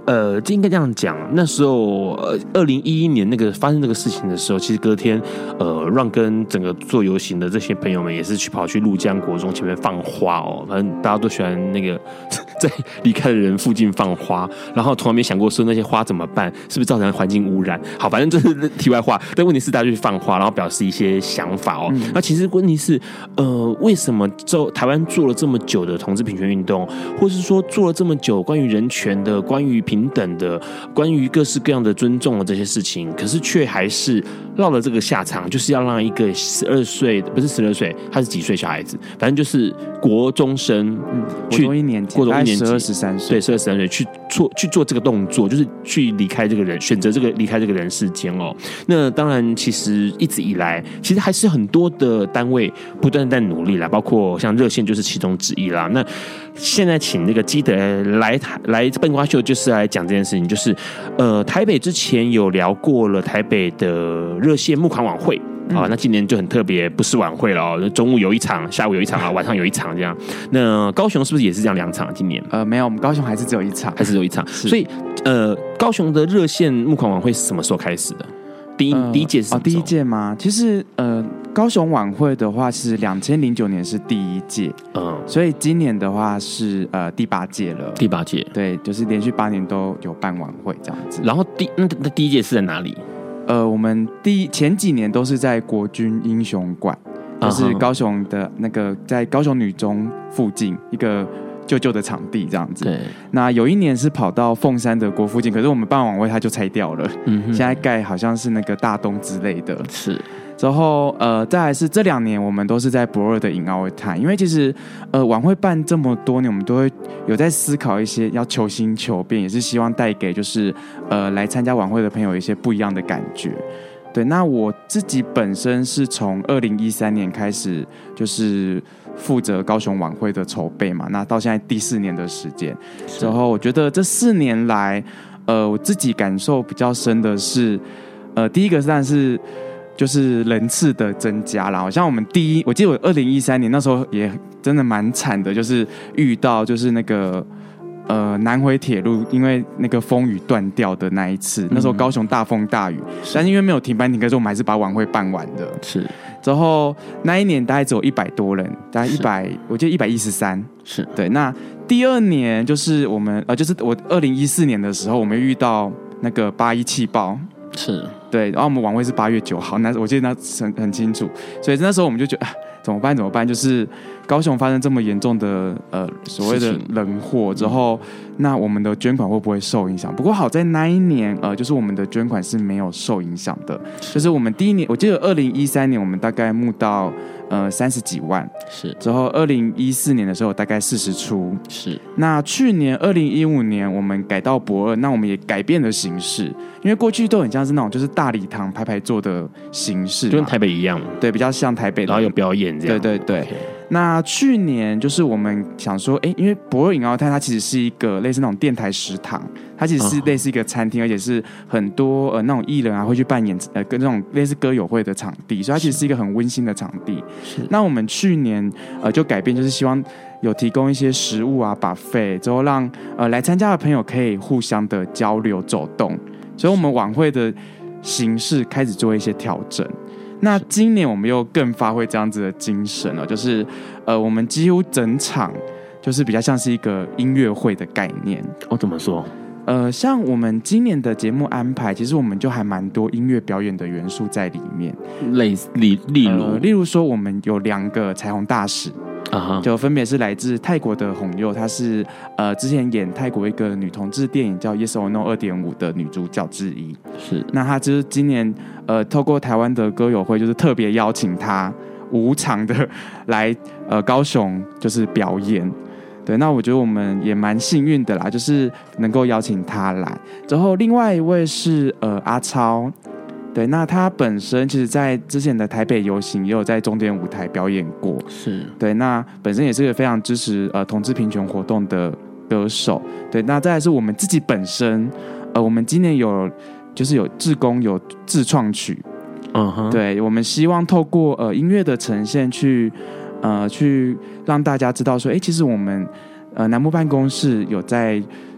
S2: 呃，这应该这样讲。那时候，呃，二零一一年那个发生这个事情的时候，其实隔天，呃，让跟整个做游行的这些朋友们也是去跑去鹭江国中前面放花哦。反正大家都喜欢那个在离开的人附近放花，然后从来没想过说那些花怎么办，是不是造成环境污染？好，反正这是题外话。但问题是，大家就去放花，然后表示一些想法哦。嗯、那其实问题是，呃，为什么就台湾做了这么久的同志平权运动，或是说做了这么久关于人权的、关于平等的、关于各式各样的尊重的这些事情，可是却还是落了这个下场，就是要让一个十二岁不是十二岁，他是几岁小孩子，反正就是国中生，嗯，
S3: 国中一年级，
S2: 国中一年级，
S3: 十二十三岁，
S2: 对，十二十三岁去做去做这个动作，就是去离开这个人，选择这个离开这个人世间哦。那当然，其实一直以来，其实还是很多的单位不断在努力啦，包括像热线就是其中之一啦。那现在请那个基德来来笨瓜秀，就是来讲这件事情，就是呃，台北之前有聊过了台北的热线募款晚会。好、哦，那今年就很特别，不是晚会了哦，中午有一场，下午有一场啊，晚上有一场这样。那高雄是不是也是这样两场？今年？
S3: 呃，没有，我们高雄还是只有一场，
S2: 还是只有一场。所以，呃，高雄的热线募款晚会是什么时候开始的？第一、呃、第一届是什么时候？
S3: 哦，第一届吗？其实，呃，高雄晚会的话是两千零九年是第一届，嗯，所以今年的话是呃第八届了。
S2: 第八届，
S3: 对，就是连续八年都有办晚会这样子。
S2: 然后第那那第一届是在哪里？
S3: 呃，我们第前几年都是在国军英雄馆，就是高雄的那个在高雄女中附近一个旧旧的场地这样子。对。那有一年是跑到凤山的国父纪，可是我们办晚会它就拆掉了，嗯，现在盖好像是那个大东之类的。
S2: 是。
S3: 之后呃，再来是这两年我们都是在博二的In Our Time，因为其实呃晚会办这么多年，我们都会有在思考一些要求新求变，也是希望带给就是呃来参加晚会的朋友一些不一样的感觉。对，那我自己本身是从二零一三年开始就是负责高雄晚会的筹备嘛，那到现在第四年的时间。之后我觉得这四年来，呃，我自己感受比较深的是，呃，第一个当然是。就是人次的增加啦，好像我们第一，我记得我二零一三年那时候也真的蛮惨的，就是遇到就是那个呃南回铁路因为那个风雨断掉的那一次，那时候高雄大风大雨，但是因为没有停班停课，所以我们还是把晚会办完的。
S2: 是，
S3: 之后那一年大概只有一百多人，大概一百，我记得一百一十三。
S2: 是对。
S3: 那第二年就是我们呃，就是我二零一四年的时候，我们遇到那个八一气爆。
S2: 是
S3: 对，然后我们晚会是八月九号，那我记得那很很清楚，所以那时候我们就觉得、啊、怎么办怎么办？就是高雄发生这么严重的呃所谓的人祸之后，那我们的捐款会不会受影响？不过好在那一年呃，就是我们的捐款是没有受影响的，就是我们第一年，我记得二零一三年我们大概募到呃三十几万，
S2: 是
S3: 之后二零一四年的时候大概四十出，
S2: 是
S3: 那去年二零一五年我们改到博二，那我们也改变了形式，因为过去都很像是那种就是大礼堂排排坐的形式，
S2: 就跟台北一样，
S3: 对，比较像台北的，
S2: 然后有表演这样，
S3: 对对对。
S2: Okay.
S3: 那去年就是我们想说，哎，因为博二In Our Time它其实是一个类似那种电台食堂，它其实是类似一个餐厅，而且是很多呃那种艺人啊会去办演呃跟那种类似歌友会的场地，所以它其实是一个很温馨的场地。那我们去年呃就改变，就是希望有提供一些食物啊 buffet， 之后让呃来参加的朋友可以互相的交流走动，所以我们晚会的形式开始做一些调整。那今年我们又更发挥这样子的精神了，就是呃，我们几乎整场就是比较像是一个音乐会的概念。
S2: 哦，怎么说？
S3: 呃，像我们今年的节目安排，其实我们就还蛮多音乐表演的元素在里面。
S2: 类似例例如、呃，
S3: 例如说，我们有两个彩虹大使。Uh-huh. 就分别是来自泰国的洪佑，她是呃之前演泰国一个女同志电影叫 Yes or No 二点五 的女主角之一。
S2: 是，
S3: 那她就是今年呃透过台湾的歌友会，就是特别邀请她无偿的来呃高雄就是表演。对，那我觉得我们也蛮幸运的啦，就是能够邀请她来。之后另外一位是呃阿超。对，那他本身其实在之前的台北游行也有在中点舞台表演过，
S2: 是对，
S3: 那本身也是个非常支持呃同志平权活动的歌手。对，那再来是我们自己本身，呃，我们今年有就是有志工有自创曲，嗯哼，对，我们希望透过呃音乐的呈现去呃去让大家知道说，哎，其实我们呃南部办公室有在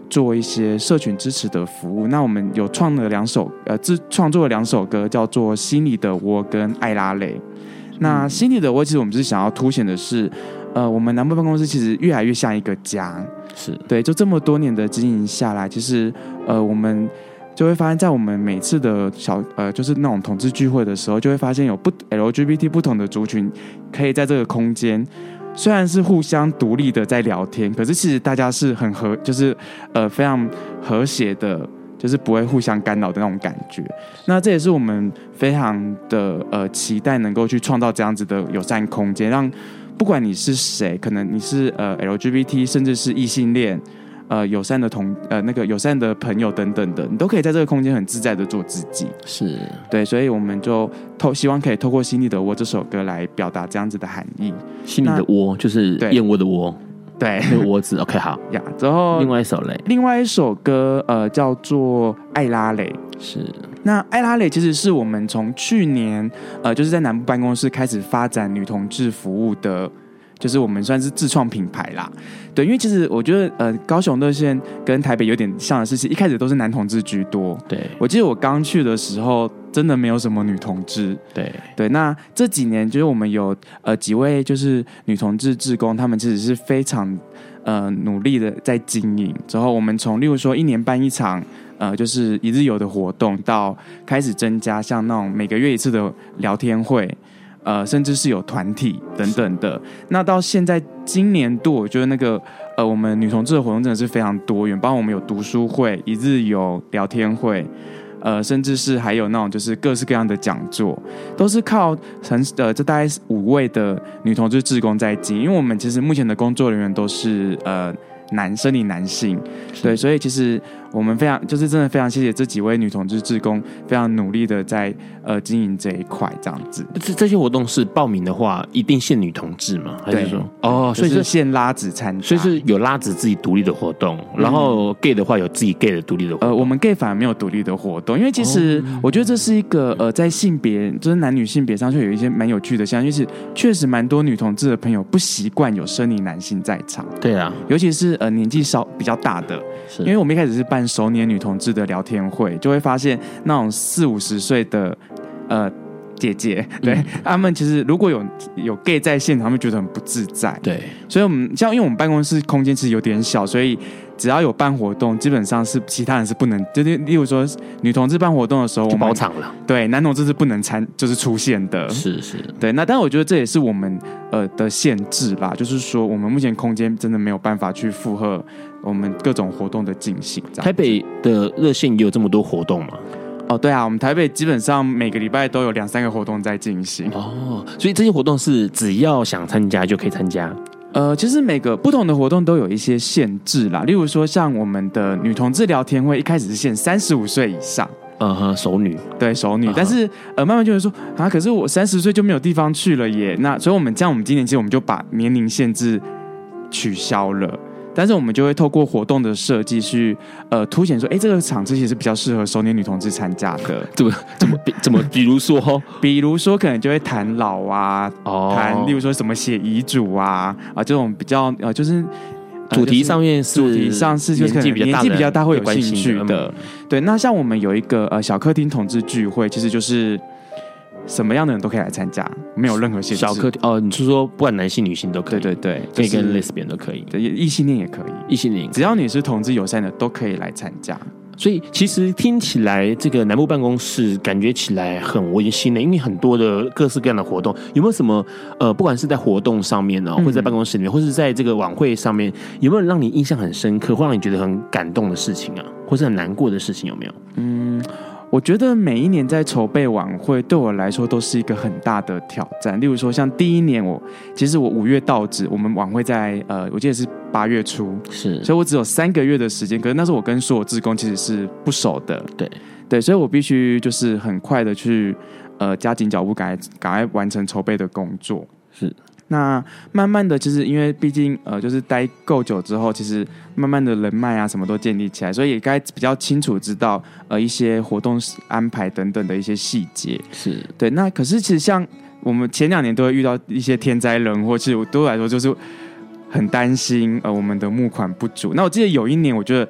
S3: 做一些社群支持的服务。那我们有创了两首呃自创作了两首歌，叫做《心里的窝》跟《艾拉蕾》。那《心里的窝》其实我们是想要凸显的是，呃，我们南部办公室其实越来越像一个家，
S2: 是对，
S3: 就这么多年的经营下来，其实呃我们就会发现，在我们每次的小呃，就是那种同志聚会的时候，就会发现有不 L G B T 不同的族群可以在这个空间，虽然是互相独立的在聊天，可是其实大家是很和，就是呃非常和谐的，就是不会互相干扰的那种感觉。那这也是我们非常的呃期待能够去创造这样子的友善空间，让不管你是谁，可能你是呃 L G B T， 甚至是异性恋。呃，友善的同呃那个友善的朋友等等的，你都可以在这个空间很自在的做自己。
S2: 是
S3: 对，所以我们就透希望可以透过《心里的窝》这首歌来表达这样子的含义。
S2: 心里的窝就是燕窝的窝，
S3: 对，
S2: 那个窝字。OK， 好
S3: 呀。之后
S2: 另外一首嘞，
S3: 另外一首歌呃叫做《艾拉蕾》。
S2: 是
S3: 那艾拉蕾其实是我们从去年呃就是在南部办公室开始发展女同志服务的。就是我们算是自创品牌啦，对，因为其实我觉得，呃，高雄热线跟台北有点像的事情，一开始都是男同志居多。
S2: 对，
S3: 我记得我刚去的时候，真的没有什么女同志。
S2: 对
S3: 对，那这几年就是我们有呃几位就是女同志志工，他们其实是非常呃努力的在经营。之后我们从例如说一年办一场。呃，就是一日游的活动，到开始增加像那种每个月一次的聊天会。呃，甚至是有团体等等的。那到现在今年度，我觉得那个呃，我们女同志的活动真的是非常多元，包括我们有读书会、一日游、聊天会，呃，甚至是还有那种就是各式各样的讲座，都是靠很呃，这大概五位的女同志志工在经营。因为我们其实目前的工作人员都是呃男生理男性，对，所以其实我们非常就是真的非常谢谢这几位女同志志工，非常努力的在呃经营这一块这样子。
S2: 这这些活动是报名的话，一定限女同志吗？还是说哦，
S3: 所以是限拉子参加，
S2: 所以是有拉子自己独立的活动，嗯、然后 gay 的话有自己 gay 的独立的活动。
S3: 呃，我们 gay 反而没有独立的活动，因为其实我觉得这是一个呃在性别就是男女性别上就有一些蛮有趣的现象，就是确实蛮多女同志的朋友不习惯有生理男性在场。
S2: 对啊，
S3: 尤其是呃年纪稍比较大的，因为我们一开始是办熟年女同志的聊天会，就会发现那种四五十岁的呃姐姐，对、嗯、他们其实如果有有 gay 在现场，他们觉得很不自在。
S2: 对，所
S3: 以我们像因为我们办公室空间其实有点小，所以只要有办活动，基本上是其他人是不能，就是例如说女同志办活动的时候，
S2: 就包场了。
S3: 对，男同志是不能参，就是出现的。
S2: 是是，
S3: 对。那但我觉得这也是我们呃的限制啦，就是说我们目前空间真的没有办法去负荷我们各种活动的进行。
S2: 台北的热线也有这么多活动吗？
S3: 哦，对啊，我们台北基本上每个礼拜都有两三个活动在进行。
S2: 哦，所以这些活动是只要想参加就可以参加。
S3: 呃，其实每个不同的活动都有一些限制啦，例如说像我们的女同志聊天会，一开始是限三十五岁以上，
S2: 呃呵，熟女，
S3: 对，熟女，uh-huh. 但是呃，慢慢就会说啊，可是我三十岁就没有地方去了耶。那所以我们这样，我们今年其实我们就把年龄限制取消了。但是我们就会透过活动的设计去呃凸显说，哎，这个场次其实是比较适合熟年女同志参加的。
S2: 怎么怎么怎么？比如说，
S3: 比如说可能就会谈老啊，
S2: 哦，
S3: 谈例如说什么写遗嘱啊啊这种比较呃就是。
S2: 主题上面是、
S3: 呃就是、主题上是就是可能年纪比较大会有兴趣的，的对。那像我们有一个呃小客厅同志聚会，其实就是什么样的人都可以来参加，没有任何限制。
S2: 小客厅哦，你是说不管男性女性都可以？
S3: 对对对，
S2: 可以跟 lesbian 都可以，
S3: 对，异性恋也可以，
S2: 异性恋
S3: 只要你是同志友善的都可以来参加。
S2: 所以其实听起来，这个南部办公室感觉起来很温馨的，因为很多的各式各样的活动，有没有什么呃，不管是在活动上面呢、哦，或者在办公室里面，或是在这个晚会上面，有没有让你印象很深刻，或让你觉得很感动的事情啊，或是很难过的事情，有没有？嗯。
S3: 我觉得每一年在筹备晚会对我来说都是一个很大的挑战。例如说，像第一年我其实我五月到职，我们晚会在呃，我记得是八月初，
S2: 是，
S3: 所以我只有三个月的时间。可是那时候我跟所有志工其实是不熟的，
S2: 对
S3: 对，所以我必须就是很快的去呃加紧脚步，赶快赶快完成筹备的工作。
S2: 是。
S3: 那慢慢的，就是因为毕竟呃，就是待够久之后，其实慢慢的人脉啊，什么都建立起来，所以也该比较清楚知道呃一些活动安排等等的一些细节。
S2: 是
S3: 对。那可是其实像我们前两年都会遇到一些天灾人祸，其实对我来说就是很担心呃我们的募款不足。那我记得有一年，我觉得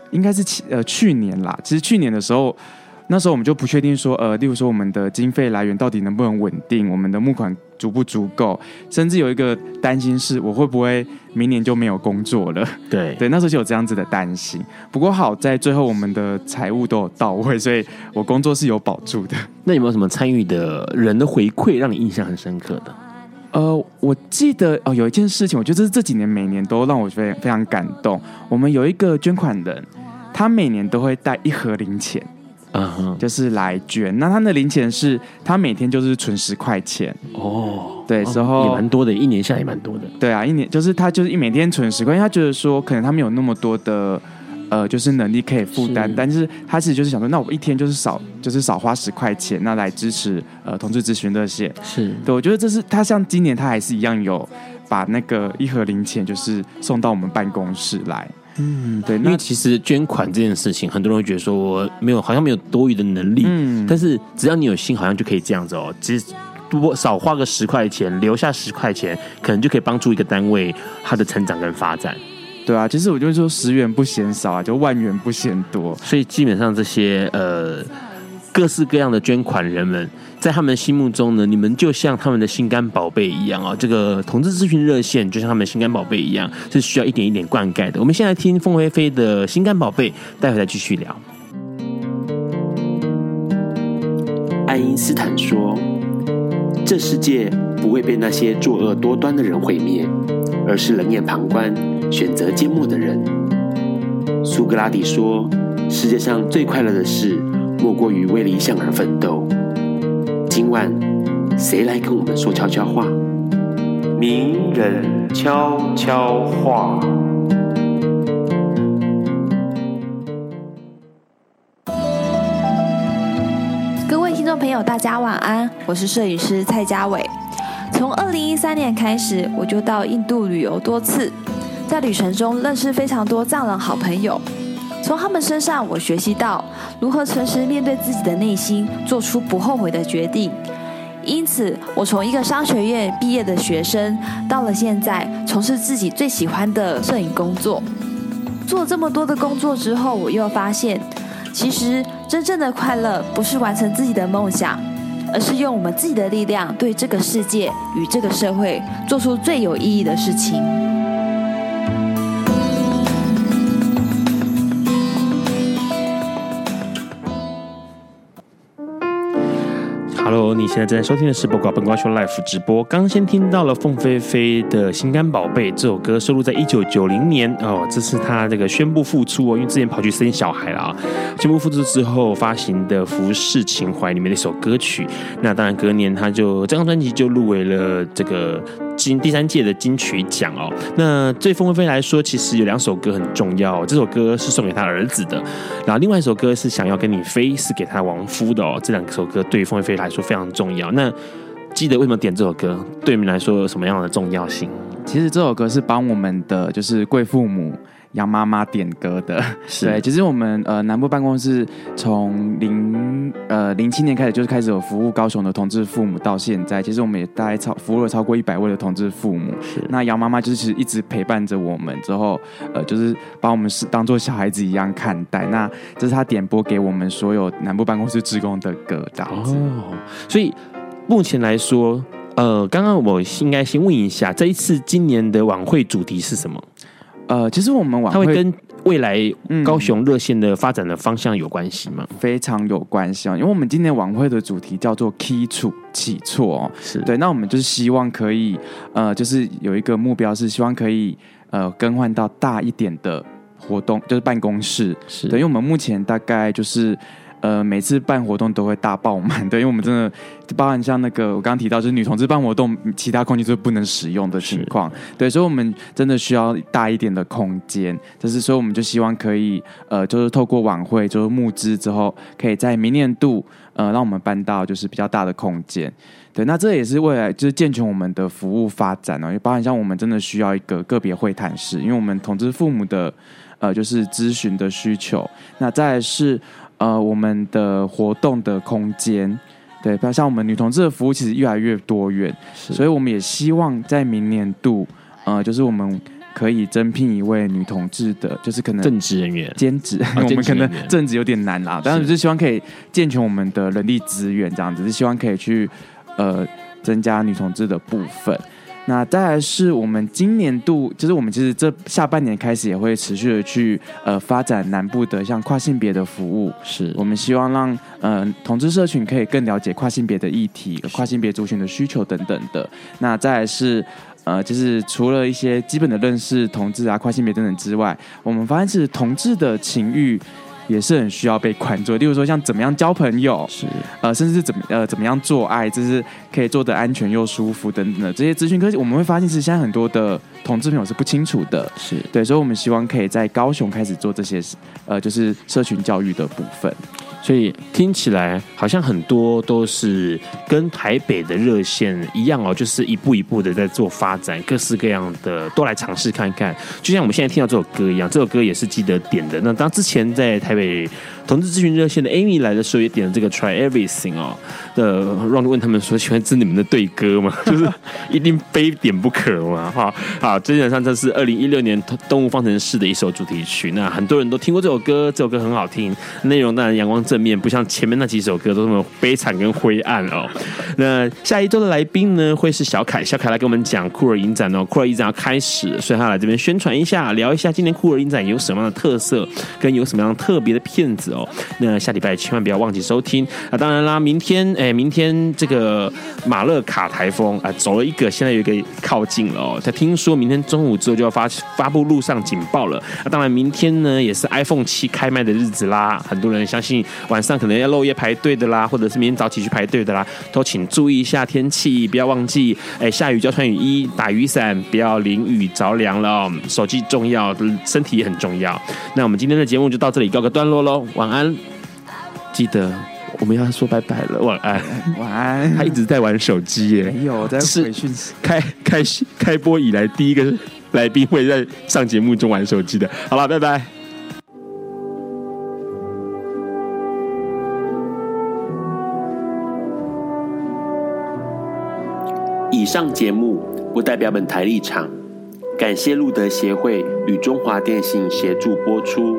S3: 应该是呃去年啦，其实去年的时候。那时候我们就不确定说，呃，例如说我们的经费来源到底能不能稳定，我们的募款足不足够，甚至有一个担心是我会不会明年就没有工作了。
S2: 对
S3: 对，那时候就有这样子的担心。不过好在最后我们的财务都有到位，所以我工作是有保住的。
S2: 那有没有什么参与的人的回馈让你印象很深刻的？
S3: 呃，我记得哦，有一件事情，我觉得这是这几年每年都让我非常非常感动。我们有一个捐款人，他每年都会带一盒零钱。Uh-huh. 就是来捐，那他的零钱是他每天就是存十块钱
S2: 哦，
S3: 对，之后
S2: 也蛮多的，一年下来也蛮多的。
S3: 对啊，一年就是他就是每天存十块，因为他觉得说可能他没有那么多的呃，就是能力可以负担，但是他其实就是想说，那我一天就是少就是少花十块钱，那来支持呃同志咨询热线。
S2: 是
S3: 对，我觉得这是他像今年他还是一样有把那个一盒零钱就是送到我们办公室来。
S2: 嗯，对，因为其实捐款这件事情，很多人会觉得说没有，好像没有多余的能力，嗯，但是只要你有心，好像就可以这样子哦。其实多少花个十块钱，留下十块钱，可能就可以帮助一个单位它的成长跟发展。
S3: 对啊，其实我就说十元不嫌少啊，就万元不嫌多。
S2: 所以基本上这些呃各式各样的捐款人们，在他们心目中呢，你们就像他们的心肝宝贝一样哦。这个同志咨询热线就像他们的心肝宝贝一样，是需要一点一点灌溉的。我们先来听凤飞飞的心肝宝贝，待会再继续聊。
S1: 爱因斯坦说，这世界不会被那些作恶多端的人毁灭，而是冷眼旁观选择缄默的人。苏格拉底说，世界上最快乐的事莫过于为理想而奋斗。今晚谁来跟我们说悄悄话？名人悄悄话。
S4: 各位听众朋友大家晚安，我是摄影师蔡家伟。从二零一三年开始，我就到印度旅游多次，在旅程中认识非常多藏人好朋友，从他们身上我学习到如何诚实面对自己的内心，做出不后悔的决定。因此我从一个商学院毕业的学生，到了现在从事自己最喜欢的摄影工作。做这么多的工作之后，我又发现其实真正的快乐不是完成自己的梦想，而是用我们自己的力量对这个世界与这个社会做出最有意义的事情。
S2: Hello， 你现在正在收听的是播瓜本瓜秀 Live 直播。刚先听到了凤飞飞的《心肝宝贝》这首歌，收录在一九九零年哦，这是他这个宣布复出哦，因为之前跑去生小孩了啊。宣布复出之后发行的《浮世情怀》里面的一首歌曲，那当然隔年他就这张专辑就入围了这个金第三届的金曲奖哦。那对凤飞飞来说，其实有两首歌很重要，这首歌是送给他儿子的，然后另外一首歌是想要跟你飞，是给他亡夫的哦。这两首歌对于凤飞飞来说非常重要。那记得为什么点这首歌？对你们来说有什么样的重要性？
S3: 其实这首歌是帮我们的就是贵父母杨妈妈点歌的。对，其实我们呃南部办公室从零呃零七年开始就是开始有服务高雄的同志父母，到现在其实我们也大概超服务了超过一百位的同志父母。那杨妈妈就是一直陪伴着我们，之后呃就是把我们是当作小孩子一样看待。那这是他点播给我们所有南部办公室志工的歌，这样子。
S2: 哦，所以目前来说，呃，刚刚我应该先问一下，这一次今年的晚会主题是什么？
S3: 呃，其实我们晚会
S2: 它会跟未来高雄热线的发展的方向有关系吗？
S3: 嗯、非常有关系哦，因为我们今年晚会的主题叫做起厝起错哦，是对，那我们就是希望可以呃，就是有一个目标是希望可以呃更换到大一点的活动，就是办公室，是对，因为我们目前大概就是。呃，每次办活动都会大爆满，对，因为我们真的包含像那个我刚刚提到，就是女同志办活动，其他空间就是不能使用的情况，对，所以我们真的需要大一点的空间，就是所以我们就希望可以呃，就是透过晚会，就是募资之后，可以在明年度呃，让我们搬到就是比较大的空间，对，那这也是未来就是健全我们的服务发展哦，因为包含像我们真的需要一个个别会谈室，因为我们同志父母的呃就是咨询的需求，那再来是。呃，我们的活动的空间，对，像我们女同志的服务其实越来越多元，所以我们也希望在明年度，呃，就是我们可以征聘一位女同志的，就是可能
S2: 正职人员、
S3: 兼职，
S2: 哦、
S3: 我们可能正职有点难啦，但是就是希望可以健全我们的人力资源，这样子是希望可以去呃增加女同志的部分。那再来是我们今年度，就是我们其实这下半年开始也会持续的去呃发展南部的像跨性别的服务，
S2: 是
S3: 我们希望让呃同志社群可以更了解跨性别的议题、跨性别族群的需求等等的。那再来是呃就是除了一些基本的认识同志啊、跨性别等等之外，我们发现是同志的情欲也是很需要被关注的，例如说像怎么样交朋友，
S2: 是
S3: 呃，甚至是怎么呃怎么样做爱，就是可以做得安全又舒服等等的这些资讯。可是我们会发现，是现在很多的同志朋友是不清楚的，
S2: 是
S3: 对，所以我们希望可以在高雄开始做这些呃，就是社群教育的部分。
S2: 所以听起来好像很多都是跟台北的热线一样哦，就是一步一步的在做发展，各式各样的都来尝试看看。就像我们现在听到这首歌一样，这首歌也是记得点的。那当之前在台北同志咨询热线的 Amy 来的时候，也点了这个 Try Everything 哦。的 Ron 问他们说，喜欢吃你们的对歌吗？就是一定非点不可嘛。哈，好，基本上这是二零一六年动物方程式的一首主题曲。那很多人都听过这首歌，这首歌很好听，内容当然阳光正面，不像前面那几首歌都那么悲惨跟灰暗哦。那下一周的来宾呢，会是小凯，小凯来跟我们讲酷儿影展哦，酷儿影展要开始，所以他来这边宣传一下，聊一下今年酷儿影展有什么样的特色，跟有什么样特别的片子哦。那下礼拜千万不要忘记收听啊！当然啦，明天哎，明天这个马勒卡台风啊，走了一个，现在有一个靠近了哦。他听说明天中午之后就要发发布路上警报了。啊，当然明天呢也是 iPhone 七开卖的日子啦，很多人相信晚上可能要漏夜排队的啦，或者是明天早起去排队的啦，都请注意一下天气，不要忘记哎，下雨就要穿雨衣，打雨伞，不要淋雨着凉了哦。手机重要，身体也很重要。那我们今天的节目就到这里告个段落喽，晚安。记得我们要说拜拜了，晚安，
S3: 晚安。
S2: 他一直在玩手机耶，
S3: 没有在回讯息。
S2: 开开开播以来第一个来宾会在上节目中玩手机的。好了，拜拜。
S1: 以上节目不代表本台立场，感谢路德协会与中华电信协助播出。